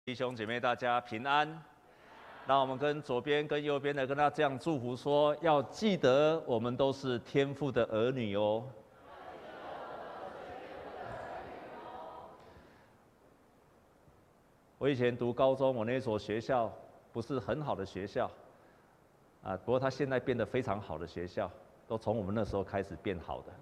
弟兄姐妹，大家平安。让我们跟左边、跟右边的跟他这样祝福说：要记得，我们都是天父的儿女哦。我以前读高中，我那所学校不是很好的学校，不过它现在变得非常好的学校，都从我们那时候开始变好的，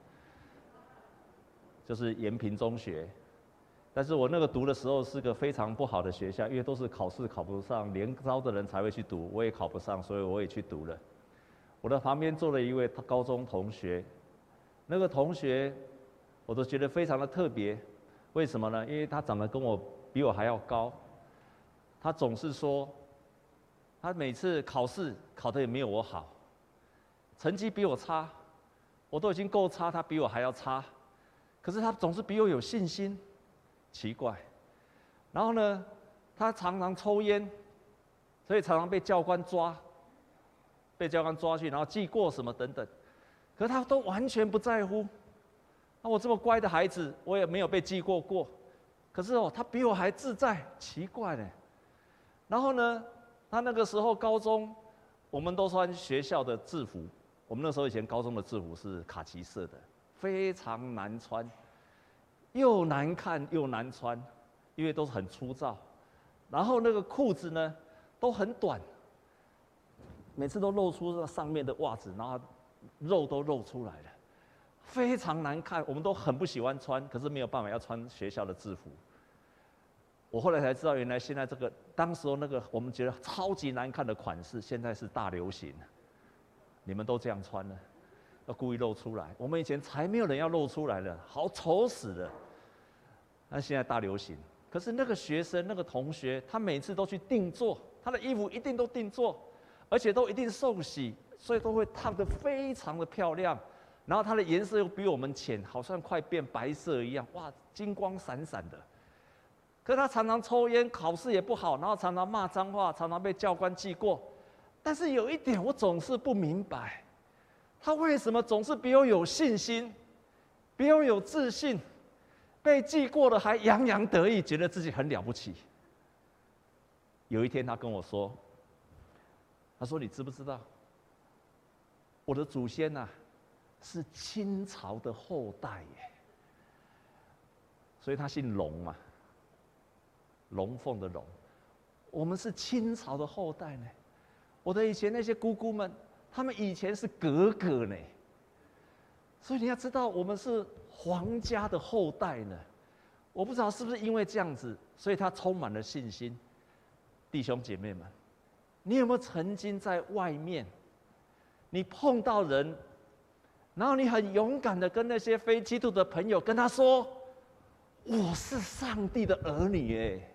就是延平中学。但是我那个读的时候是个非常不好的学校，因为都是考试考不上，联招的人才会去读，我也考不上，所以我也去读了。我的旁边坐了一位高中同学，那个同学我都觉得非常的特别，为什么呢？因为他长得比我还要高，他总是说，他每次考试考得也没有我好，成绩比我差，我都已经够差，他比我还要差，可是他总是比我有信心。奇怪，然后呢，他常常抽烟，所以常常被教官抓去，然后记过什么等等，可是他都完全不在乎。那我这么乖的孩子，我也没有被记过，可是他比我还自在，奇怪呢。然后呢，他那个时候高中，我们都穿学校的制服，我们那时候以前高中的制服是卡其色的，非常难穿。又难看又难穿，因为都是很粗糙，然后那个裤子呢都很短，每次都露出上面的袜子，然后肉都露出来了，非常难看，我们都很不喜欢穿，可是没有办法要穿学校的制服。我后来才知道，原来现在当时候那个我们觉得超级难看的款式，现在是大流行，你们都这样穿了。要故意露出来，我们以前才没有人要露出来的，好丑死了。那现在大流行，可是那个学生、那个同学，他每次都去定做，他的衣服一定都定做，而且都一定受洗，所以都会烫得非常的漂亮。然后它的颜色又比我们浅，好像快变白色一样，哇，金光闪闪的。可是他常常抽烟，考试也不好，然后常常骂脏话，常常被教官记过。但是有一点我总是不明白。他为什么总是比我有信心，比我有自信，被记过了还洋洋得意，觉得自己很了不起？有一天他跟我说：“他说你知不知道，我的祖先啊，是清朝的后代耶。所以他姓龙嘛，龙凤的龙。我们是清朝的后代呢。我的以前那些姑姑们。”他们以前是格格呢，所以你要知道，我们是皇家的后代呢。我不知道是不是因为这样子，所以他充满了信心。弟兄姐妹们，你有没有曾经在外面，你碰到人，然后你很勇敢的跟那些非基督的朋友跟他说：“我是上帝的儿女耶，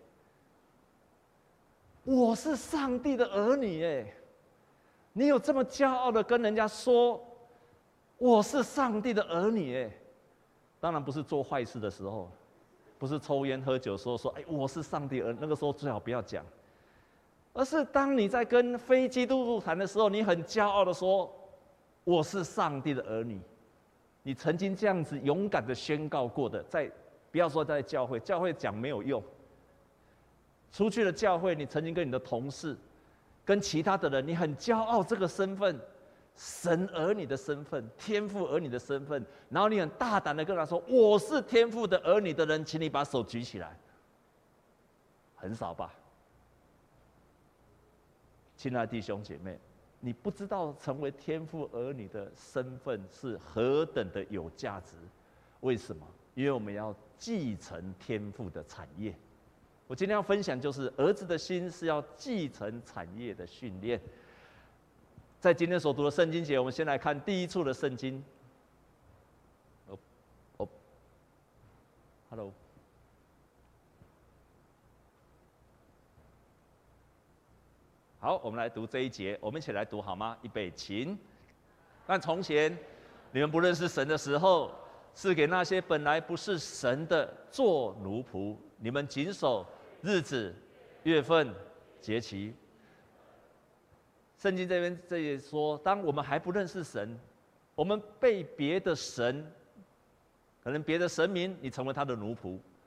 我是上帝的儿女耶。”你有这么骄傲的跟人家说我是上帝的儿女哎？当然不是做坏事的时候，不是抽烟喝酒的时候说哎我是上帝儿女，那个时候最好不要讲，而是当你在跟非基督徒谈的时候，你很骄傲的说我是上帝的儿女。你曾经这样子勇敢的宣告过的，不要说在教会讲没有用，出去了教会，你曾经跟你的同事。跟其他的人，你很骄傲这个身份，神儿女的身份，天父儿女的身份，然后你很大胆的跟他说：“我是天父的儿女的人，请你把手举起来。”很少吧？亲爱的弟兄姐妹，你不知道成为天父儿女的身份是何等的有价值？为什么？因为我们要继承天父的产业。我今天要分享就是儿子的心是要继承产业的训练。在今天所读的圣经节，我们先来看第一处的圣经。Hello。好，我们来读这一节，我们一起来读好吗？预备，请。但从前你们不认识神的时候，是给那些本来不是神的做奴仆。你们谨守日子、月份、节期。圣经这里说，当我们还不认识神，我们被别的神，可能别的神明，你成为他的奴仆。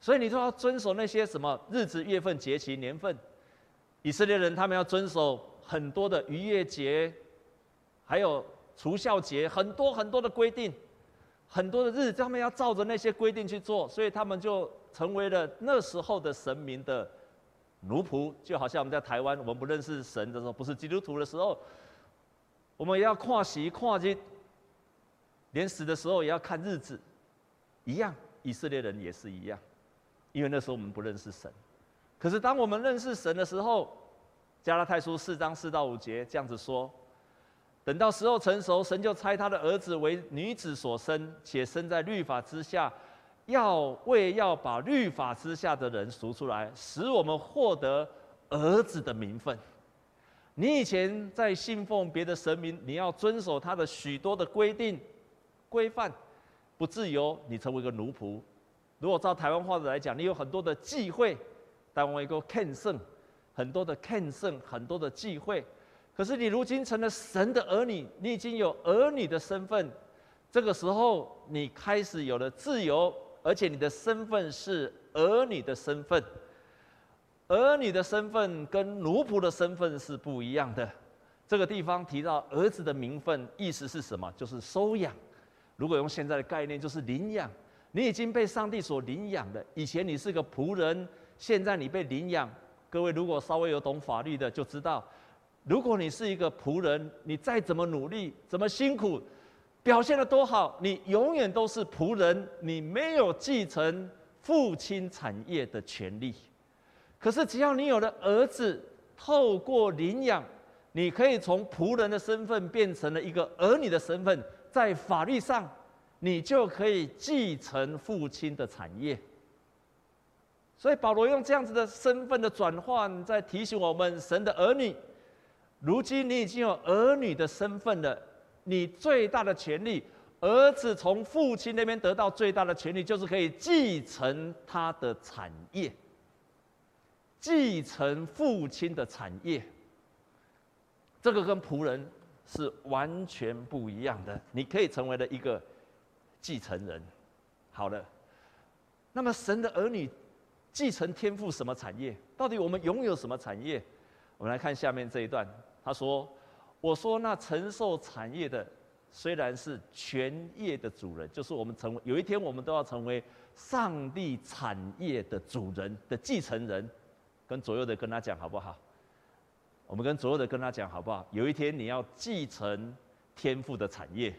所以你都要遵守那些什么日子、月份、节期、年份。以色列人他们要遵守很多的逾越节，还有除酵节，很多很多的规定，很多的日子，他们要照着那些规定去做，所以他们就成为了那时候的神明的奴仆。就好像我们在台湾，我们不认识神的时候，不是基督徒的时候，我们也要看时看日，连死的时候也要看日子，一样，以色列人也是一样，因为那时候我们不认识神。可是当我们认识神的时候，加拉太书4章4到5节这样子说：等到时候成熟，神就差他的儿子为女子所生，且生在律法之下，要把律法之下的人赎出来，使我们获得儿子的名分。你以前在信奉别的神明，你要遵守他的许多的规定规范，不自由，你成为一个奴仆。如果照台湾话的来讲，你有很多的忌讳，台湾一个献圣，很多的献圣，很多的忌讳。可是你如今成了神的儿女，你已经有儿女的身份，这个时候你开始有了自由，而且你的身份是儿女的身份。儿女的身份跟奴仆的身份是不一样的。这个地方提到儿子的名分，意思是什么？就是收养。如果用现在的概念，就是领养。你已经被上帝所领养了。以前你是个仆人，现在你被领养。各位如果稍微有懂法律的就知道，如果你是一个仆人，你再怎么努力，怎么辛苦，表现得多好，你永远都是仆人，你没有继承父亲产业的权利。可是只要你有了儿子，透过领养，你可以从仆人的身份变成了一个儿女的身份，在法律上，你就可以继承父亲的产业。所以保罗用这样子的身份的转换，在提醒我们，神的儿女，如今你已经有儿女的身份了，你最大的权利，儿子从父亲那边得到最大的权利，就是可以继承他的产业，继承父亲的产业。这个跟仆人是完全不一样的，你可以成为了一个继承人。好了，那么神的儿女继承天父什么产业？到底我们拥有什么产业？我们来看下面这一段，他说：“我说那承受产业的，虽然是全业的主人，就是我们有一天我们都要成为上帝产业的主人的继承人。”跟左右的跟他讲好不好？我们跟左右的跟他讲好不好？有一天你要继承天父的产业，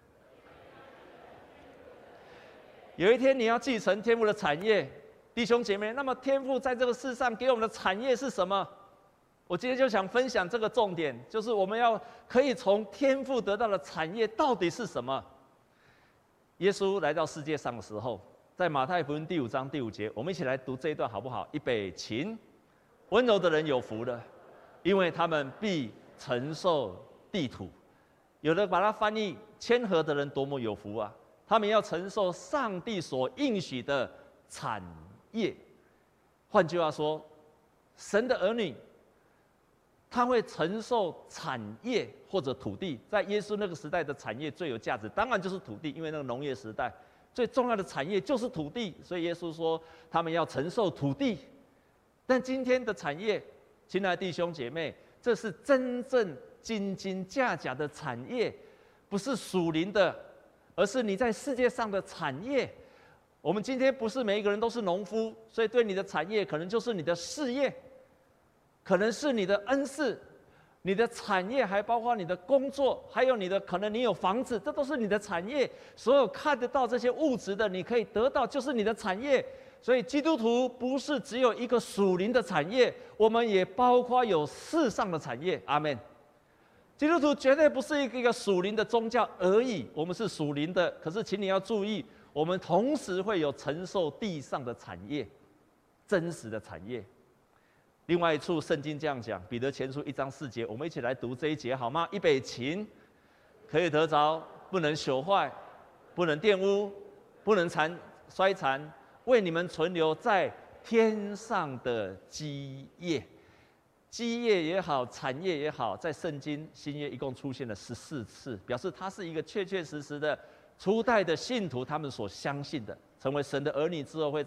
有一天你要继承天父的产业。弟兄姐妹，那么天父在这个世上给我们的产业是什么？我今天就想分享这个重点，就是我们可以从天父得到的产业到底是什么？耶稣来到世界上的时候，在马太福音第5章第5节，我们一起来读这一段好不好？预备，请。温柔的人有福了，因为他们必承受地土。有的把它翻译谦和的人多么有福啊！他们要承受上帝所应许的产业。换句话说，神的儿女他会承受产业或者土地。在耶稣那个时代的产业最有价值，当然就是土地，因为那个农业时代最重要的产业就是土地，所以耶稣说他们要承受土地。但今天的产业，亲爱的弟兄姐妹，这是真正斤斤价价的产业，不是属灵的，而是你在世界上的产业。我们今天不是每一个人都是农夫，所以对你的产业可能就是你的事业，可能是你的恩赐，你的产业还包括你的工作，还有可能你有房子，这都是你的产业。所有看得到这些物质的，你可以得到，就是你的产业。所以基督徒不是只有一个属灵的产业，我们也包括有世上的产业。阿们。基督徒绝对不是一个属灵的宗教而已，我们是属灵的。可是请你要注意，我们同时会有承受地上的产业，真实的产业。另外一处圣经这样讲，彼得前书1章4节，我们一起来读这一节好吗？预备，请。可以得着，不能朽坏，不能玷污，不能衰残，为你们存留在天上的基业。基业也好，产业也好，在圣经新约一共出现了14次，表示它是一个确确实实的初代的信徒他们所相信的，成为神的儿女之后会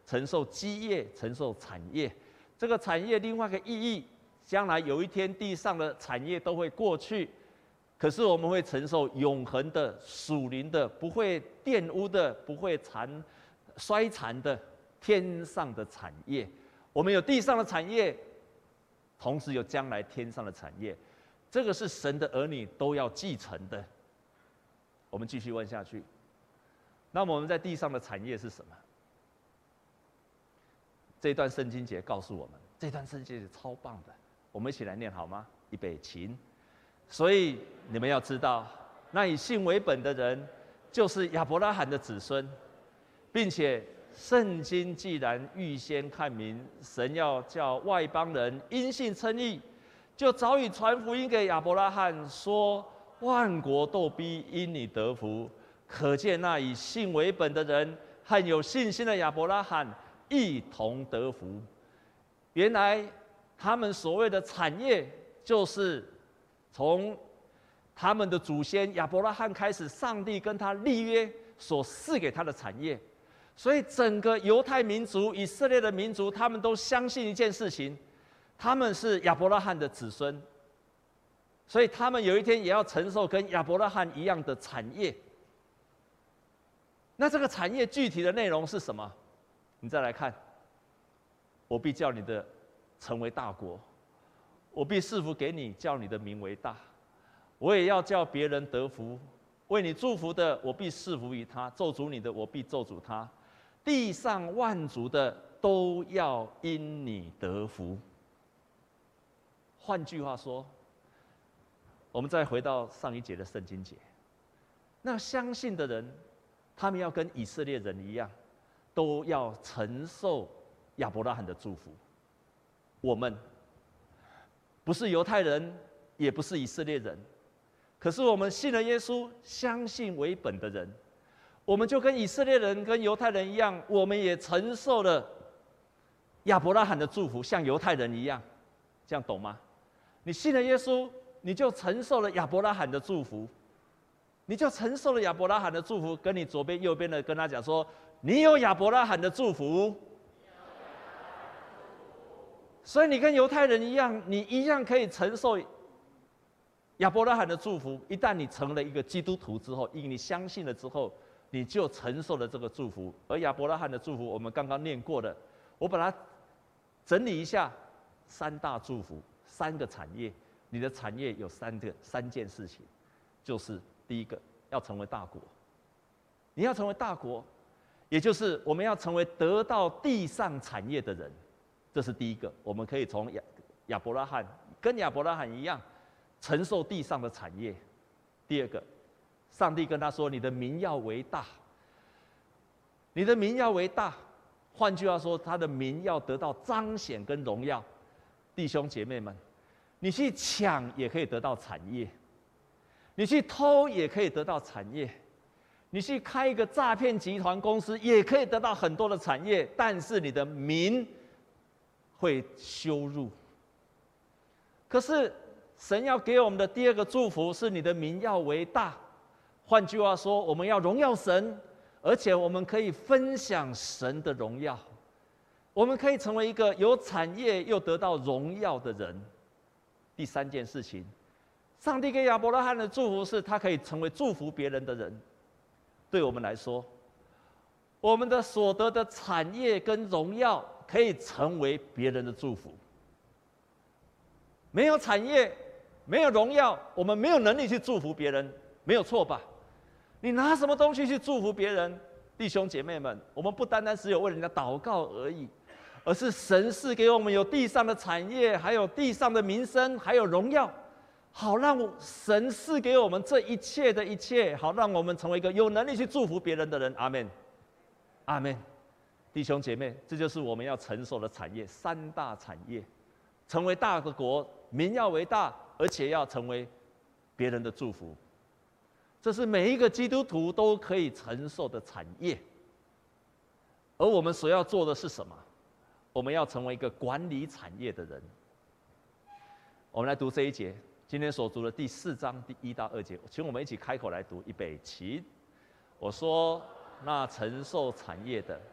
承受基业，承受产业。这个产业另外一个意义，将来有一天地上的产业都会过去，可是我们会承受永恒的属灵的，不会玷污的，不会衰残的天上的产业。我们有地上的产业，同时有将来天上的产业，这个是神的儿女都要继承的。我们继续问下去，那么我们在地上的产业是什么？这一段圣经节告诉我们，这段圣经节超棒的，我们一起来念好吗？预备，起。所以你们要知道，那以信为本的人，就是亚伯拉罕的子孙，并且圣经既然预先看明，神要叫外邦人因信称义，就早已传福音给亚伯拉罕，说万国都必因你得福。可见那以信为本的人和有信心的亚伯拉罕一同得福。原来他们所谓的产业，就是从他们的祖先亚伯拉罕开始，上帝跟他立约所赐给他的产业。所以整个犹太民族、以色列的民族，他们都相信一件事情，他们是亚伯拉罕的子孙，所以他们有一天也要承受跟亚伯拉罕一样的产业。那这个产业具体的内容是什么？你再来看，我必叫你的成为大国，我必赐福给你，叫你的名为大。我也要叫别人得福，为你祝福的，我必赐福于他；咒诅你的，我必咒诅他。地上万族的都要因你得福。换句话说，我们再回到上一节的圣经节，那相信的人，他们要跟以色列人一样，都要承受亚伯拉罕的祝福。我们不是犹太人，也不是以色列人，可是我们信了耶稣，相信为本的人，我们就跟以色列人、跟犹太人一样，我们也承受了亚伯拉罕的祝福，像犹太人一样，这样懂吗？你信了耶稣，你就承受了亚伯拉罕的祝福，你就承受了亚伯拉罕的祝福。跟你左边、右边的跟他讲说，你有亚伯拉罕的祝福。所以你跟犹太人一样，你一样可以承受亚伯拉罕的祝福。一旦你成了一个基督徒之后，因你相信了之后，你就承受了这个祝福。而亚伯拉罕的祝福，我们刚刚念过了，我把它整理一下，三大祝福，三个产业。你的产业有三件事情，就是第一个，要成为大国。你要成为大国，也就是我们要成为得到地上产业的人。这是第一个，我们可以从亚伯拉罕跟亚伯拉罕一样，承受地上的产业。第二个，上帝跟他说：“你的名要为大，你的名要为大。”换句话说，他的名要得到彰显跟荣耀。弟兄姐妹们，你去抢也可以得到产业，你去偷也可以得到产业，你去开一个诈骗集团公司也可以得到很多的产业，但是你的名会羞辱。可是神要给我们的第二个祝福是你的名要为大。换句话说，我们要荣耀神，而且我们可以分享神的荣耀，我们可以成为一个有产业又得到荣耀的人。第三件事情，上帝给亚伯拉罕的祝福是他可以成为祝福别人的人。对我们来说，我们的所得的产业跟荣耀可以成为别人的祝福。没有产业，没有荣耀，我们没有能力去祝福别人，没有错吧？你拿什么东西去祝福别人？弟兄姐妹们，我们不单单只有为人家祷告而已，而是神赐给我们有地上的产业，还有地上的名声，还有荣耀，好让神赐给我们这一切的一切，好让我们成为一个有能力去祝福别人的人。阿们，阿们。弟兄姐妹，这就是我们要承受的产业，三大产业：成为大的国，名要为大，而且要成为别人的祝福。这是每一个基督徒都可以承受的产业。而我们所要做的是什么？我们要成为一个管理产业的人。我们来读这一节，今天所读的第4章第1到2节，请我们一起开口来读，预备起。我说，那承受产业的，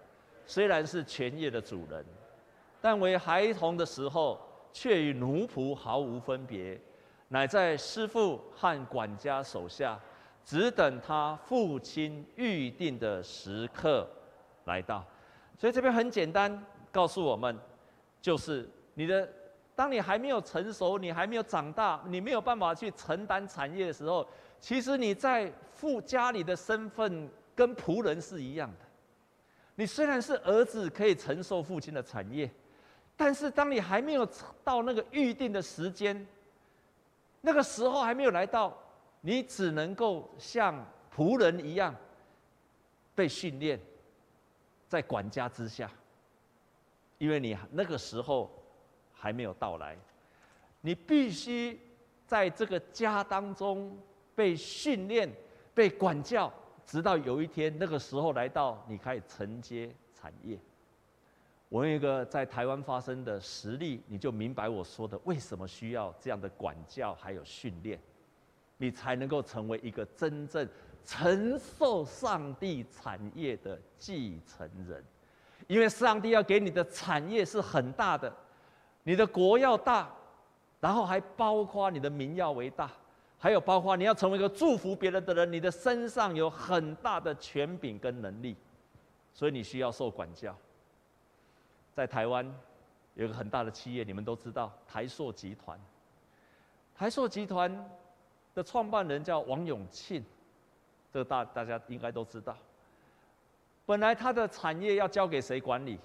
虽然是全业的主人，但为孩童的时候，却与奴仆毫无分别，乃在师傅和管家手下，只等他父亲预定的时刻来到。所以这边很简单，告诉我们，就是当你还没有成熟，你还没有长大，你没有办法去承担产业的时候，其实你在家里的身份跟仆人是一样的。你虽然是儿子，可以承受父亲的产业，但是当你还没有到那个预定的时间，那个时候还没有来到，你只能够像仆人一样被训练，在管家之下，因为你那个时候还没有到来，你必须在这个家当中被训练、被管教，直到有一天那个时候来到，你可以承接产业。我用一个在台湾发生的实例，你就明白我说的为什么需要这样的管教还有训练，你才能够成为一个真正承受上帝产业的继承人。因为上帝要给你的产业是很大的，你的国要大，然后还包括你的民要为大，还有包括你要成为一个祝福别人的人，你的身上有很大的权柄跟能力，所以你需要受管教。在台湾有一个很大的企业，你们都知道台塑集团。台塑集团的创办人叫王永庆，这个大家应该都知道。本来他的产业要交给谁管理？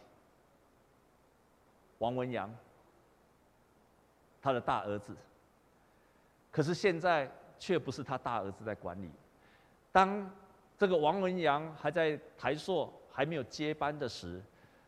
王文洋，他的大儿子。可是现在却不是他大儿子在管理。当这个王文洋还在台塑还没有接班的时，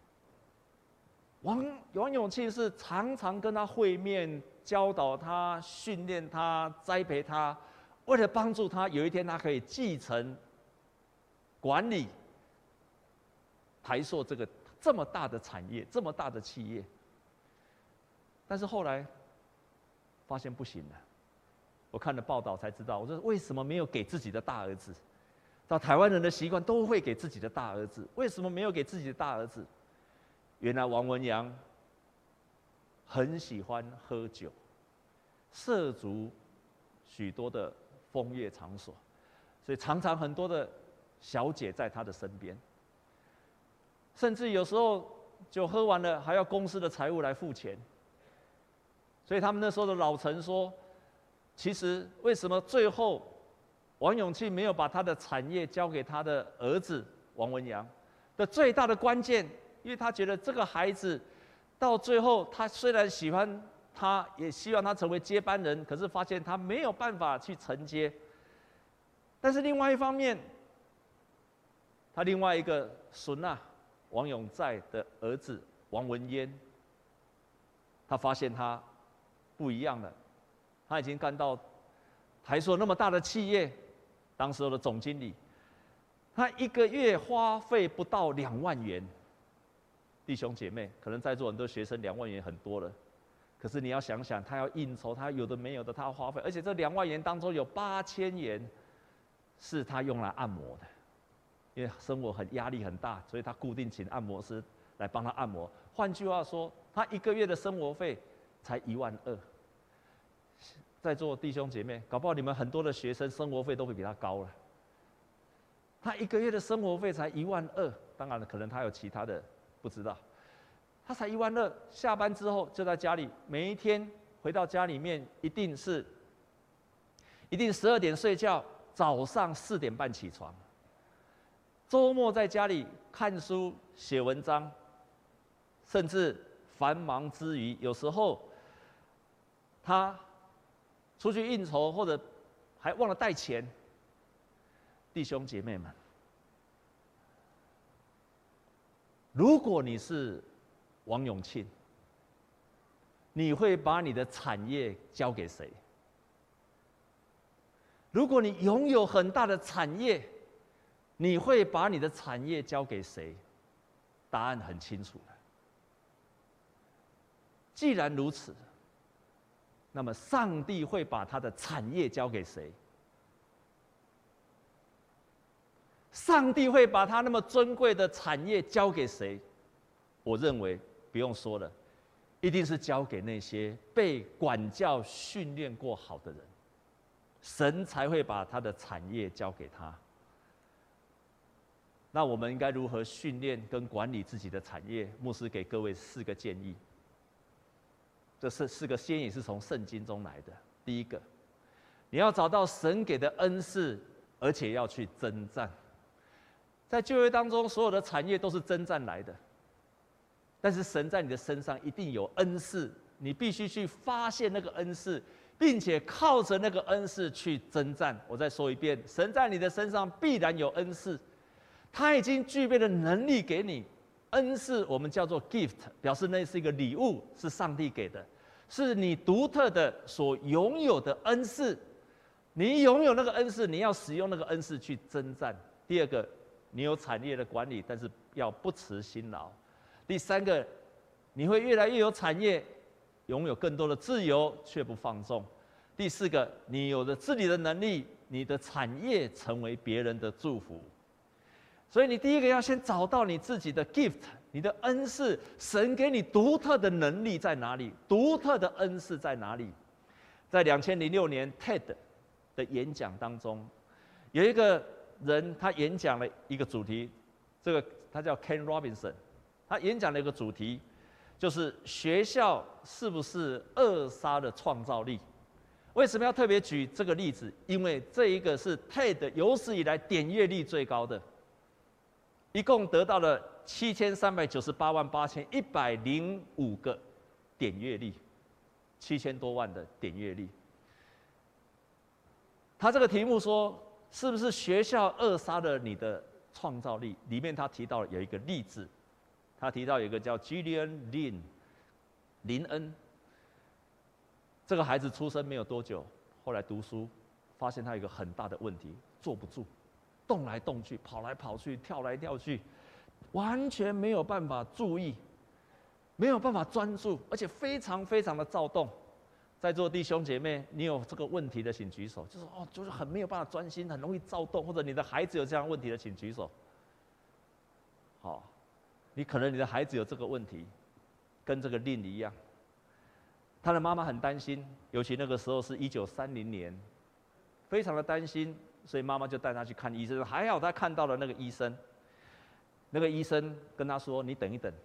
王永庆是常常跟他会面，教导他、训练他、栽培他，为了帮助他有一天他可以继承管理台塑这么大的产业、这么大的企业。但是后来发现不行了，我看了报道才知道，我说为什么没有给自己的大儿子？到台湾人的习惯都会给自己的大儿子，为什么没有给自己的大儿子？原来王文洋很喜欢喝酒，涉足许多的风月场所，所以常常很多的小姐在他的身边，甚至有时候酒喝完了还要公司的财务来付钱。所以他们那时候的老陈说，其实为什么最后王永庆没有把他的产业交给他的儿子王文洋的最大的关键，因为他觉得这个孩子到最后，他虽然喜欢他，也希望他成为接班人，可是发现他没有办法去承接。但是另外一方面，他另外一个孙王永在的儿子王文渊，他发现他不一样了，他已经干到台塑那么大的企业，当时的总经理，他一个月花费不到2万元。弟兄姐妹，可能在座很多学生2万元很多了，可是你要想想，他要应酬，他有的没有的，他要花费，而且这2万元当中有8000元是他用来按摩的，因为生活压力很大，所以他固定请按摩师来帮他按摩。换句话说，他一个月的生活费才1万2。在座弟兄姐妹，搞不好你们很多的学生生活费都会比他高了。他一个月的生活费才1万2，当然了，可能他有其他的。不知道，他才1万2，下班之后就在家里，每一天回到家里面一定12点睡觉，早上4点半起床。周末在家里看书、写文章，甚至繁忙之余，有时候他出去应酬或者还忘了带钱。弟兄姐妹们，如果你是王永庆，你会把你的产业交给谁？如果你拥有很大的产业，你会把你的产业交给谁？答案很清楚了。既然如此，那么上帝会把他的产业交给谁？上帝会把他那么尊贵的产业交给谁？ 我认为不用说了，一定是交给那些被管教训练过好的人，神才会把他的产业交给他。那我们应该如何训练跟管理自己的产业？牧师给各位4个建议。这4个建议是从圣经中来的。第一个，你要找到神给的恩赐，而且要去征战。在旧约当中，所有的产业都是征战来的，但是神在你的身上一定有恩赐，你必须去发现那个恩赐，并且靠着那个恩赐去征战。我再说一遍，神在你的身上必然有恩赐。他已经具备了能力给你恩赐，我们叫做 gift， 表示那是一个礼物，是上帝给的，是你独特的所拥有的恩赐。你拥有那个恩赐，你要使用那个恩赐去征战。第二个，你有产业的管理，但是要不辞辛劳。第三个，你会越来越有产业，拥有更多的自由，却不放纵。第四个，你有了治理的能力，你的产业成为别人的祝福。所以你第一个要先找到你自己的 gift， 你的恩赐，神给你独特的能力在哪里？独特的恩赐在哪里？在2006年 TED 的演讲当中，有一个人他演讲了一个主题，他叫 Ken Robinson， 他演讲了一个主题，就是学校是不是扼杀了创造力？为什么要特别举这个例子？因为这一个是 TED 有史以来点阅率最高的。一共得到了73988105个点阅率，7000多万的点阅率。他这个题目说，是不是学校扼杀了你的创造力？里面他提到有一个例子，他提到有一个叫 Gillian 林恩，这个孩子出生没有多久，后来读书，发现他有一个很大的问题，坐不住。动来动去，跑来跑去，跳来跳去，完全没有办法注意，没有办法专注，而且非常非常的躁动。在座弟兄姐妹，你有这个问题的请举手。就是很没有办法专心，很容易躁动，或者你的孩子有这样问题的请举手。好，可能你的孩子有这个问题，跟这个令一样。他的妈妈很担心，尤其那个时候是1930年，非常的担心。所以妈妈就带他去看医生，还好他看到了那个医生。那个医生跟他说：“你等一等，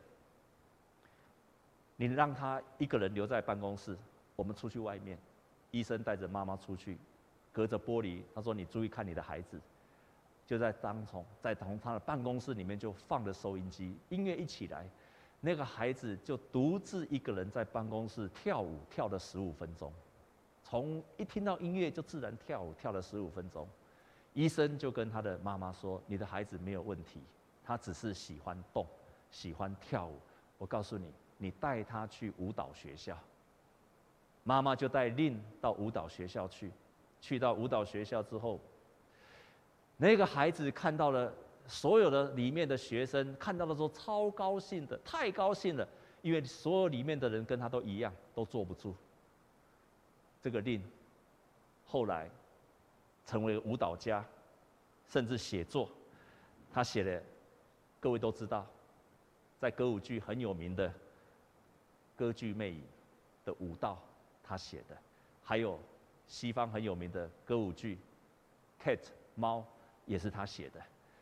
你让他一个人留在办公室，我们出去外面。”医生带着妈妈出去，隔着玻璃，他说：“你注意看你的孩子。”就在从他的办公室里面就放了收音机，音乐一起来，那个孩子就独自一个人在办公室跳舞，跳了15分钟。从一听到音乐就自然跳舞，跳了15分钟。医生就跟他的妈妈说：“你的孩子没有问题，他只是喜欢动，喜欢跳舞。我告诉你，你带他去舞蹈学校。”妈妈就带令到舞蹈学校去。去到舞蹈学校之后，那个孩子看到了所有的里面的学生，看到的时候超高兴的，太高兴了，因为所有里面的人跟他都一样，都坐不住。这个令后来成为舞蹈家，甚至写作。他写的，各位都知道，在歌舞剧很有名的《歌剧魅影》的舞蹈，他写的，还有西方很有名的歌舞剧《Cat》猫，也是他写的。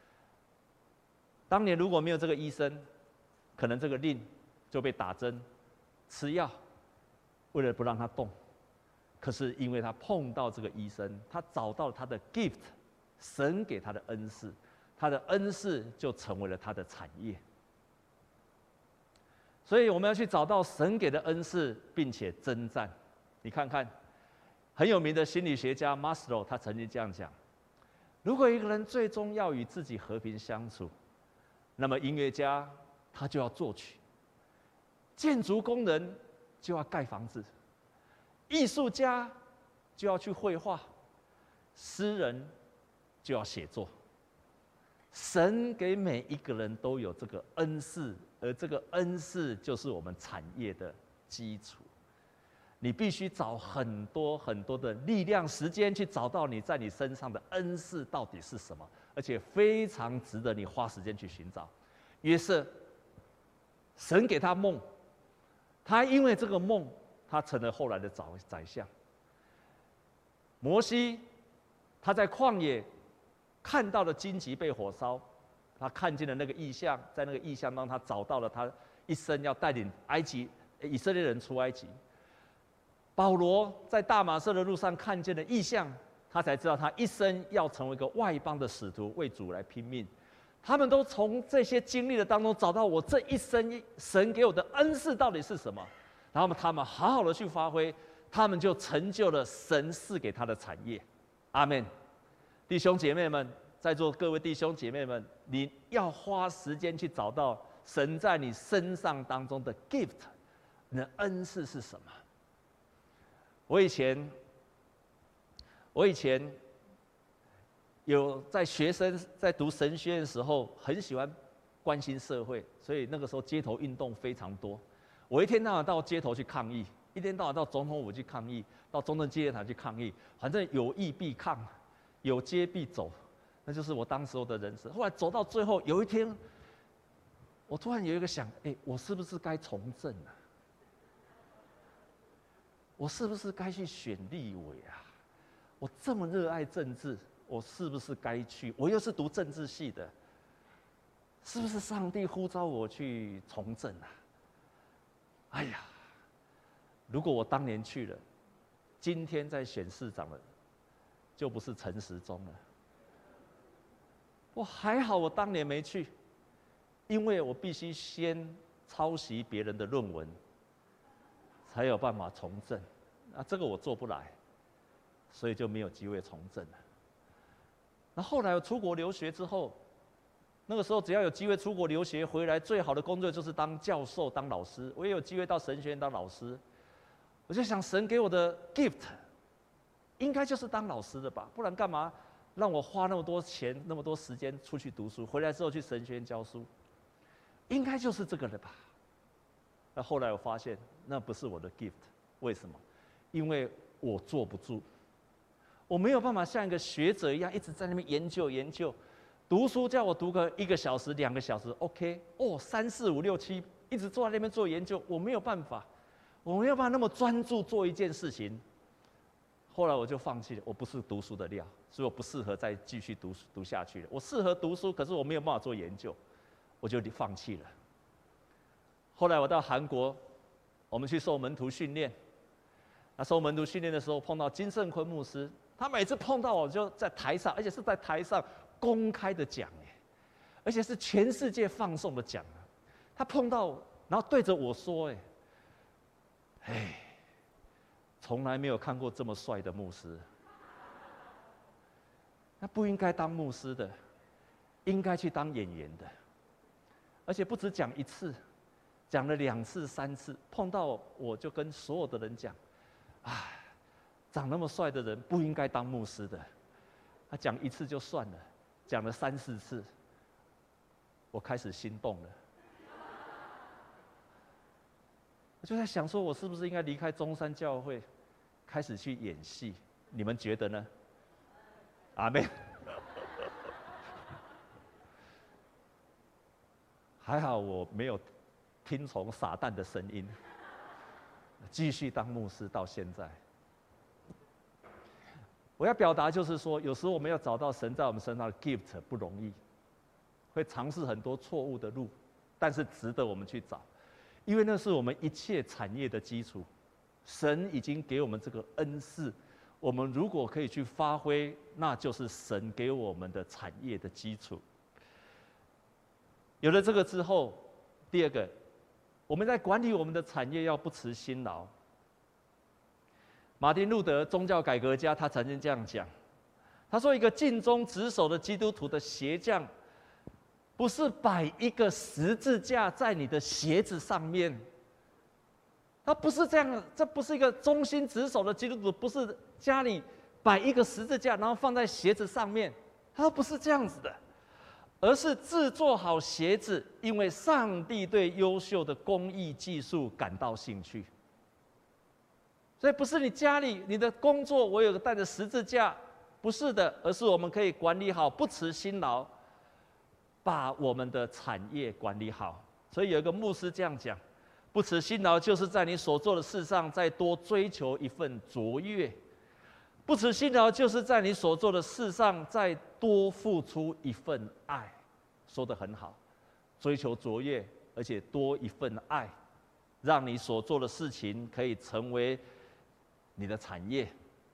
当年如果没有这个医生，可能这个令就被打针、吃药，为了不让他动。可是因为他碰到这个医生，他找到了他的 gift， 神给他的恩赐，他的恩赐就成为了他的产业。所以我们要去找到神给的恩赐，并且征战。你看看，很有名的心理学家 Maslow， 他曾经这样讲：如果一个人最终要与自己和平相处，那么音乐家他就要作曲，建筑工人就要盖房子，艺术家就要去绘画，诗人就要写作。神给每一个人都有这个恩赐，而这个恩赐就是我们产业的基础。你必须找很多很多的力量、时间去找到你在你身上的恩赐到底是什么，而且非常值得你花时间去寻找。约瑟神给他梦，他因为这个梦，他成了后来的宰相。摩西他在旷野看到了荆棘被火烧，他看见了那个异象，在那个异象当中，他找到了他一生要带领以色列人出埃及。保罗在大马色的路上看见了异象，他才知道他一生要成为一个外邦的使徒，为主来拼命。他们都从这些经历的当中找到我这一生神给我的恩赐到底是什么，然后他们好好的去发挥，他们就成就了神赐给他的产业。阿们。弟兄姐妹们，在座各位弟兄姐妹们，你要花时间去找到神在你身上当中的 gift， 你的恩赐是什么？我以前有在学生在读神学院的时候，很喜欢关心社会，所以那个时候街头运动非常多。我一天到晚到街头去抗议，一天到晚到总统府去抗议，到中正纪念堂去抗议，反正有议必抗，有街必走，那就是我当时候的人生。后来走到最后，有一天，我突然有一个想，我是不是该从政啊？我是不是该去选立委啊？我这么热爱政治，我是不是该去？我又是读政治系的，是不是上帝呼召我去从政啊？哎呀，如果我当年去了，今天在选市长的就不是陈时中了。我还好，我当年没去，因为我必须先抄袭别人的论文，才有办法从政。这个我做不来，所以就没有机会从政了。那后来我出国留学之后，那个时候只要有机会出国留学回来，最好的工作就是当教授、当老师。我也有机会到神学院当老师，我就想神给我的 gift， 应该就是当老师的吧，不然干嘛让我花那么多钱、那么多时间出去读书，回来之后去神学院教书，应该就是这个了吧？那后来我发现那不是我的 gift， 为什么？因为我坐不住，我没有办法像一个学者一样一直在那边研究。读书叫我读个1个小时、2个小时 ，OK， 3、4、5、6、7，一直坐在那边做研究，我没有办法，那么专注做一件事情。后来我就放弃了，我不是读书的料，所以我不适合再继续读下去了。我适合读书，可是我没有办法做研究，我就放弃了。后来我到韩国，我们去受门徒训练。那受门徒训练的时候，碰到金圣坤牧师，他每次碰到我就在台上，而且是在台上公开的讲，而且是全世界放送的讲。他碰到我，然后对着我说：“从来没有看过这么帅的牧师。那不应该当牧师的，应该去当演员的。而且不止讲1次，讲了2次、3次，碰到我就跟所有的人讲。”长那么帅的人不应该当牧师的。他讲1次就算了，讲了3、4次，我开始心动了。我就在想说，我是不是应该离开中山教会，开始去演戏？你们觉得呢？阿们。还好我没有听从撒旦的声音。继续当牧师到现在，我要表达就是说，有时候我们要找到神在我们身上的 gift 不容易，会尝试很多错误的路，但是值得我们去找，因为那是我们一切产业的基础。神已经给我们这个恩赐，我们如果可以去发挥，那就是神给我们的产业的基础。有了这个之后，第二个。我们在管理我们的产业要不辞辛劳。马丁路德宗教改革家，他曾经这样讲，他说：“一个尽忠职守的基督徒的鞋匠，不是摆一个十字架在你的鞋子上面，他不是这样，这不是一个忠心职守的基督徒，不是家里摆一个十字架，然后放在鞋子上面，他说不是这样子的。”而是制作好鞋子，因为上帝对优秀的工艺技术感到兴趣。所以不是你家里你的工作，我有个带着十字架，不是的，而是我们可以管理好，不辞辛劳，把我们的产业管理好。 所以有一个牧师这样讲：不辞辛劳，就是在你所做的事上再多追求一份卓越；不辞辛劳，就是在你所做的事上再多付出一份爱。说得很好，追求卓越，而且多一份爱，让你所做的事情可以成为你的产业。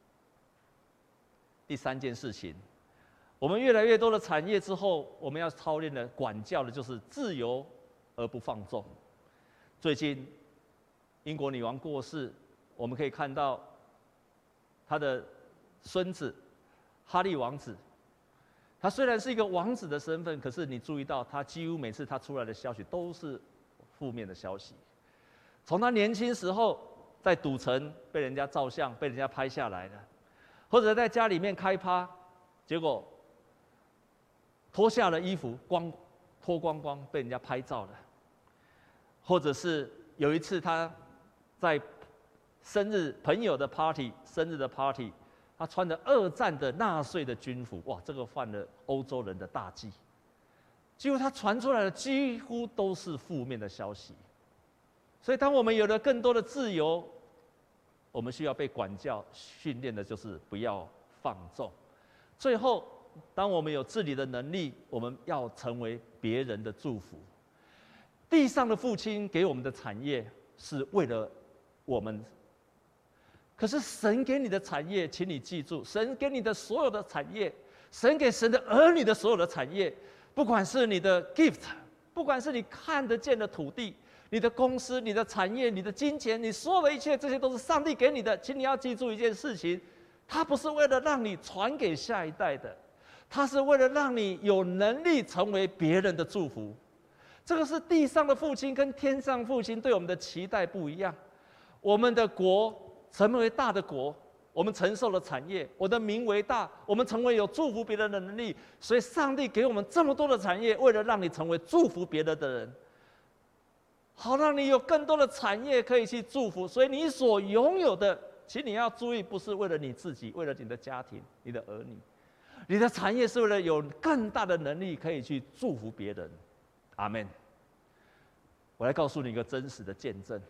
第三件事情，我们越来越多的产业之后，我们要操练的、管教的就是自由而不放纵。最近，英国女王过世，我们可以看到她的孙子哈利王子，他虽然是一个王子的身份，可是你注意到他几乎每次他出来的消息都是负面的消息。从他年轻时候在赌城被人家照相、被人家拍下来的，或者在家里面开趴，结果脱下了衣服，脱光光被人家拍照的，或者是有一次他在朋友的 party、生日的 party。他穿着2战的纳粹的军服，哇，这个犯了欧洲人的大忌。结果他传出来的几乎都是负面的消息。所以，当我们有了更多的自由，我们需要被管教、训练的就是不要放纵。最后，当我们有自理的能力，我们要成为别人的祝福。地上的父亲给我们的产业是为了我们。可是神给你的产业，请你记住，神给你的所有的产业，神给神的儿女的所有的产业，不管是你的 gift， 不管是你看得见的土地、你的公司、你的产业、你的金钱，你所有的一切，这些都是上帝给你的。请你要记住一件事情，它不是为了让你传给下一代的，它是为了让你有能力成为别人的祝福。这个是地上的父亲跟天上父亲对我们的期待不一样。我们的国成为大的国，我们承受了产业，我的名为大，我们成为有祝福别人的能力。所以，上帝给我们这么多的产业，为了让你成为祝福别人的人，好让你有更多的产业可以去祝福。所以，你所拥有的，请你要注意，不是为了你自己，为了你的家庭、你的儿女，你的产业是为了有更大的能力可以去祝福别人。阿们。我来告诉你一个真实的见证。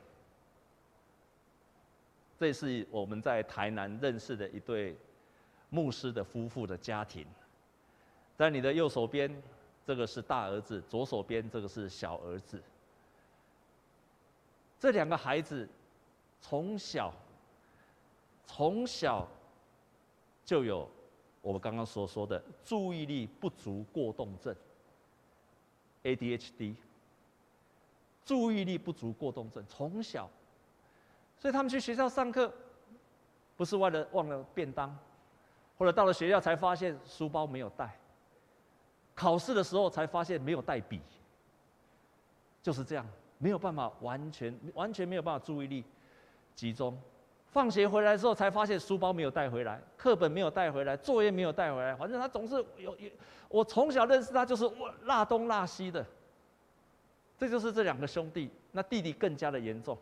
这是我们在台南认识的一对牧师的夫妇的家庭。在你的右手边，这个是大儿子；左手边这个是小儿子。这2个孩子从小就有我们刚刚所说的注意力不足过动症 （ADHD）。注意力不足过动症，从小。所以他们去学校上课，不是忘了便当，或者到了学校才发现书包没有带，考试的时候才发现没有带笔，就是这样，没有办法完全没有办法注意力集中。放学回来之后才发现书包没有带回来，课本没有带回来，作业没有带回来，反正他总是我从小认识他就是落东落西的。这就是这2个兄弟，那弟弟更加的严重。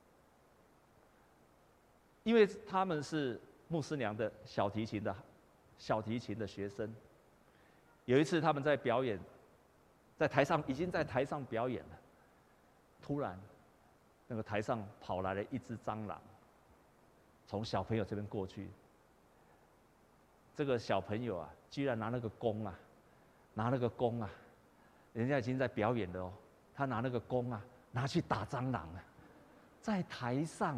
因为他们是牧师娘的小提琴的学生，有一次他们在表演，已经在台上表演了，突然，那个台上跑来了一只蟑螂，从小朋友这边过去。这个小朋友啊，居然拿那个弓啊，人家已经在表演了哦，他拿那个弓啊，拿去打蟑螂啊，在台上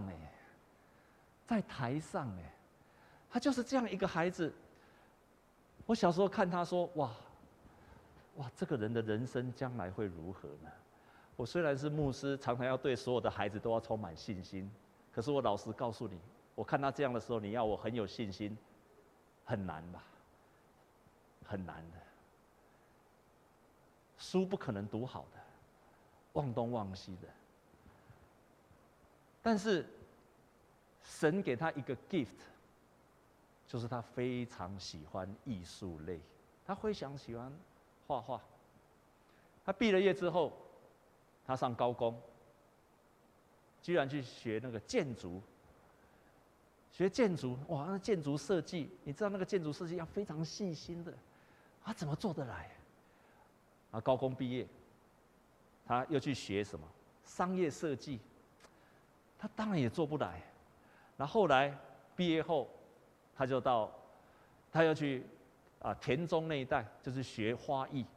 他就是这样一个孩子。我小时候看他说，哇，这个人的人生将来会如何呢？我虽然是牧师，常常要对所有的孩子都要充满信心，可是我老实告诉你，我看他这样的时候，你要我很有信心，很难吧？很难的。书不可能读好的，忘东忘西的。但是神给他一个 gift， 就是他非常喜欢艺术类，他会喜欢画画。他毕了业之后，他上高工，居然去学那个建筑。学建筑，哇，那建筑设计，你知道那个建筑设计要非常细心的，他怎么做得来？高工毕业， 他又去学什么商业设计，他当然也做不来。然后后来毕业后，他要去田中那一带，就是学花艺。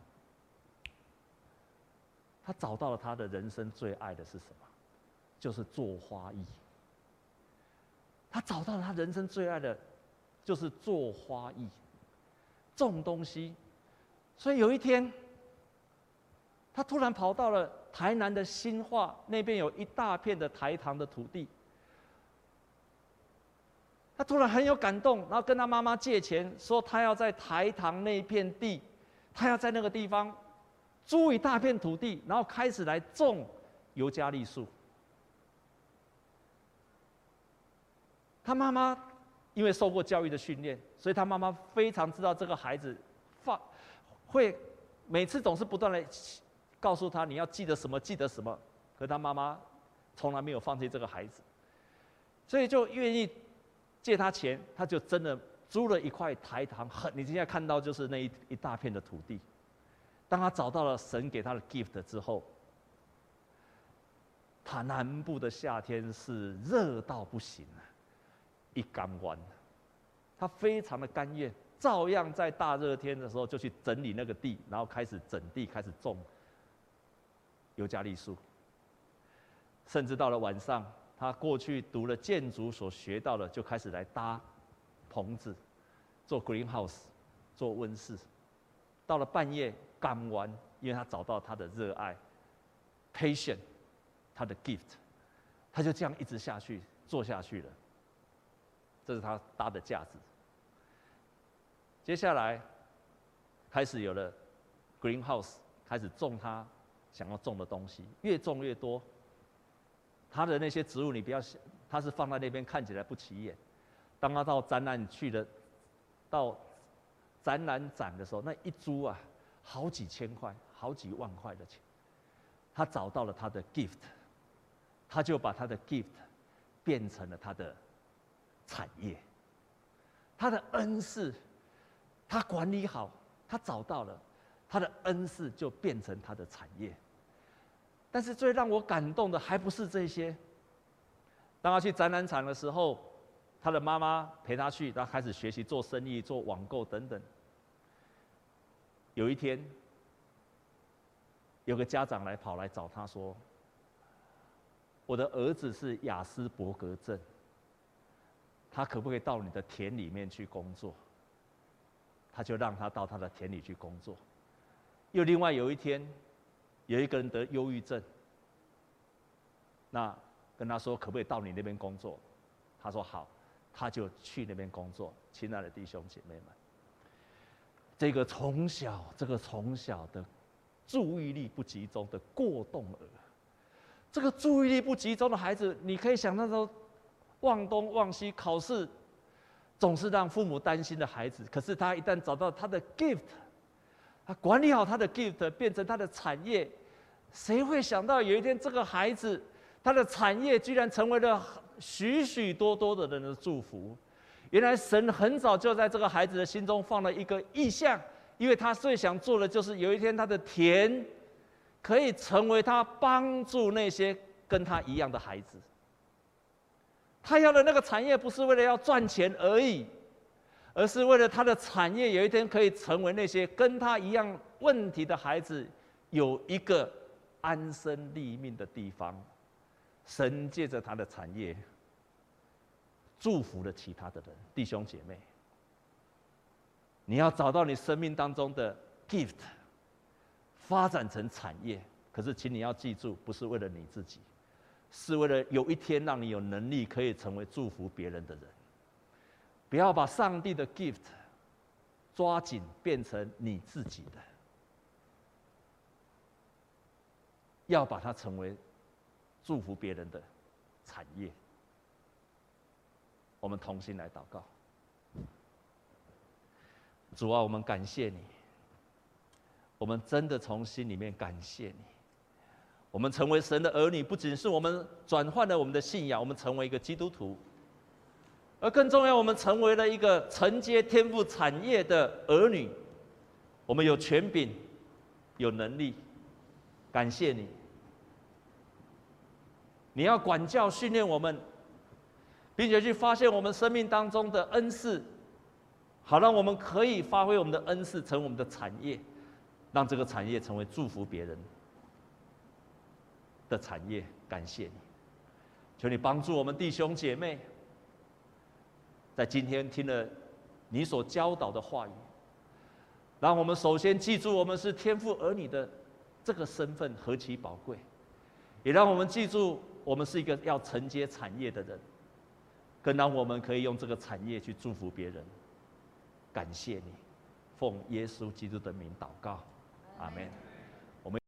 他找到了他的人生最爱的是什么？就是做花艺。他找到了他人生最爱的，就是做花艺，种东西。所以有一天，他突然跑到了台南的新化那边，有一大片的台糖的土地。他突然很有感动，然后跟他妈妈借钱，说他要在台糖那片地，他要在那个地方租一大片土地，然后开始来种尤加利树。他妈妈因为受过教育的训练，所以他妈妈非常知道这个孩子会每次总是不断的告诉他你要记得什么，记得什么。可他妈妈从来没有放弃这个孩子，所以就愿意借他钱，他就真的租了一块台糖，你现在看到就是那一大片的土地。当他找到了神给他的 gift 之后，他南部的夏天是热到不行啊，一干完，他非常的甘愿，照样在大热天的时候就去整理那个地，然后开始整地，开始种尤加利树。甚至到了晚上，他过去读了建筑所学到的，就开始来搭棚子，做 greenhouse， 做温室。到了半夜干完，因为他找到他的热爱 ，patient， 他的 gift， 他就这样一直下去做下去了。这是他搭的架子。接下来开始有了 greenhouse， 开始种他想要种的东西，越种越多。他的那些植物，你不要想，他是放在那边看起来不起眼。当他到展览去的，到展览展的时候，那一株啊，好几千块、好几万块的钱。他找到了他的 gift， 他就把他的 gift 变成了他的产业。他的恩赐，他管理好，他找到了，他的恩赐就变成他的产业。但是最让我感动的还不是这些。当他去展览场的时候，他的妈妈陪他去，他开始学习做生意、做网购等等。有一天，有个家长跑来找他说：“我的儿子是亚斯伯格症，他可不可以到你的田里面去工作？”他就让他到他的田里去工作。又另外有一天，有一个人得忧郁症，那跟他说可不可以到你那边工作？他说好，他就去那边工作。亲爱的弟兄姐妹们，这个从小的注意力不集中的过动儿，这个注意力不集中的孩子，你可以想象到忘东忘西，考试总是让父母担心的孩子。可是他一旦找到他的 gift， 他管理好他的 gift， 变成他的产业，谁会想到有一天这个孩子他的产业居然成为了许许多多的人的祝福？原来神很早就在这个孩子的心中放了一个意象，因为他最想做的就是有一天他的田可以成为他帮助那些跟他一样的孩子。他要的那个产业不是为了要赚钱而已，而是为了他的产业有一天可以成为那些跟他一样问题的孩子有一个安身立命的地方。神借着他的产业祝福了其他的人。弟兄姐妹，你要找到你生命当中的 gift， 发展成产业。可是请你要记住，不是为了你自己，是为了有一天让你有能力可以成为祝福别人的人。不要把上帝的 gift 抓紧变成你自己的，要把它成为祝福别人的产业。我们同心来祷告。主啊，我们感谢你，我们真的从心里面感谢你。我们成为神的儿女，不仅是我们转换了我们的信仰，我们成为一个基督徒，而更重要，我们成为了一个承接天父产业的儿女。我们有权柄，有能力，感谢你。 你要管教训练我们，并且去发现我们生命当中的恩赐，好让我们可以发挥我们的恩赐，成为我们的产业，让这个产业成为祝福别人的产业。感谢你，求你帮助我们弟兄姐妹，在今天听了你所教导的话语，让我们首先记住我们是天父儿女的这个身份何其宝贵，也让我们记住我们是一个要承接产业的人，更让我们可以用这个产业去祝福别人。感谢你，奉耶稣基督的名祷告，阿们。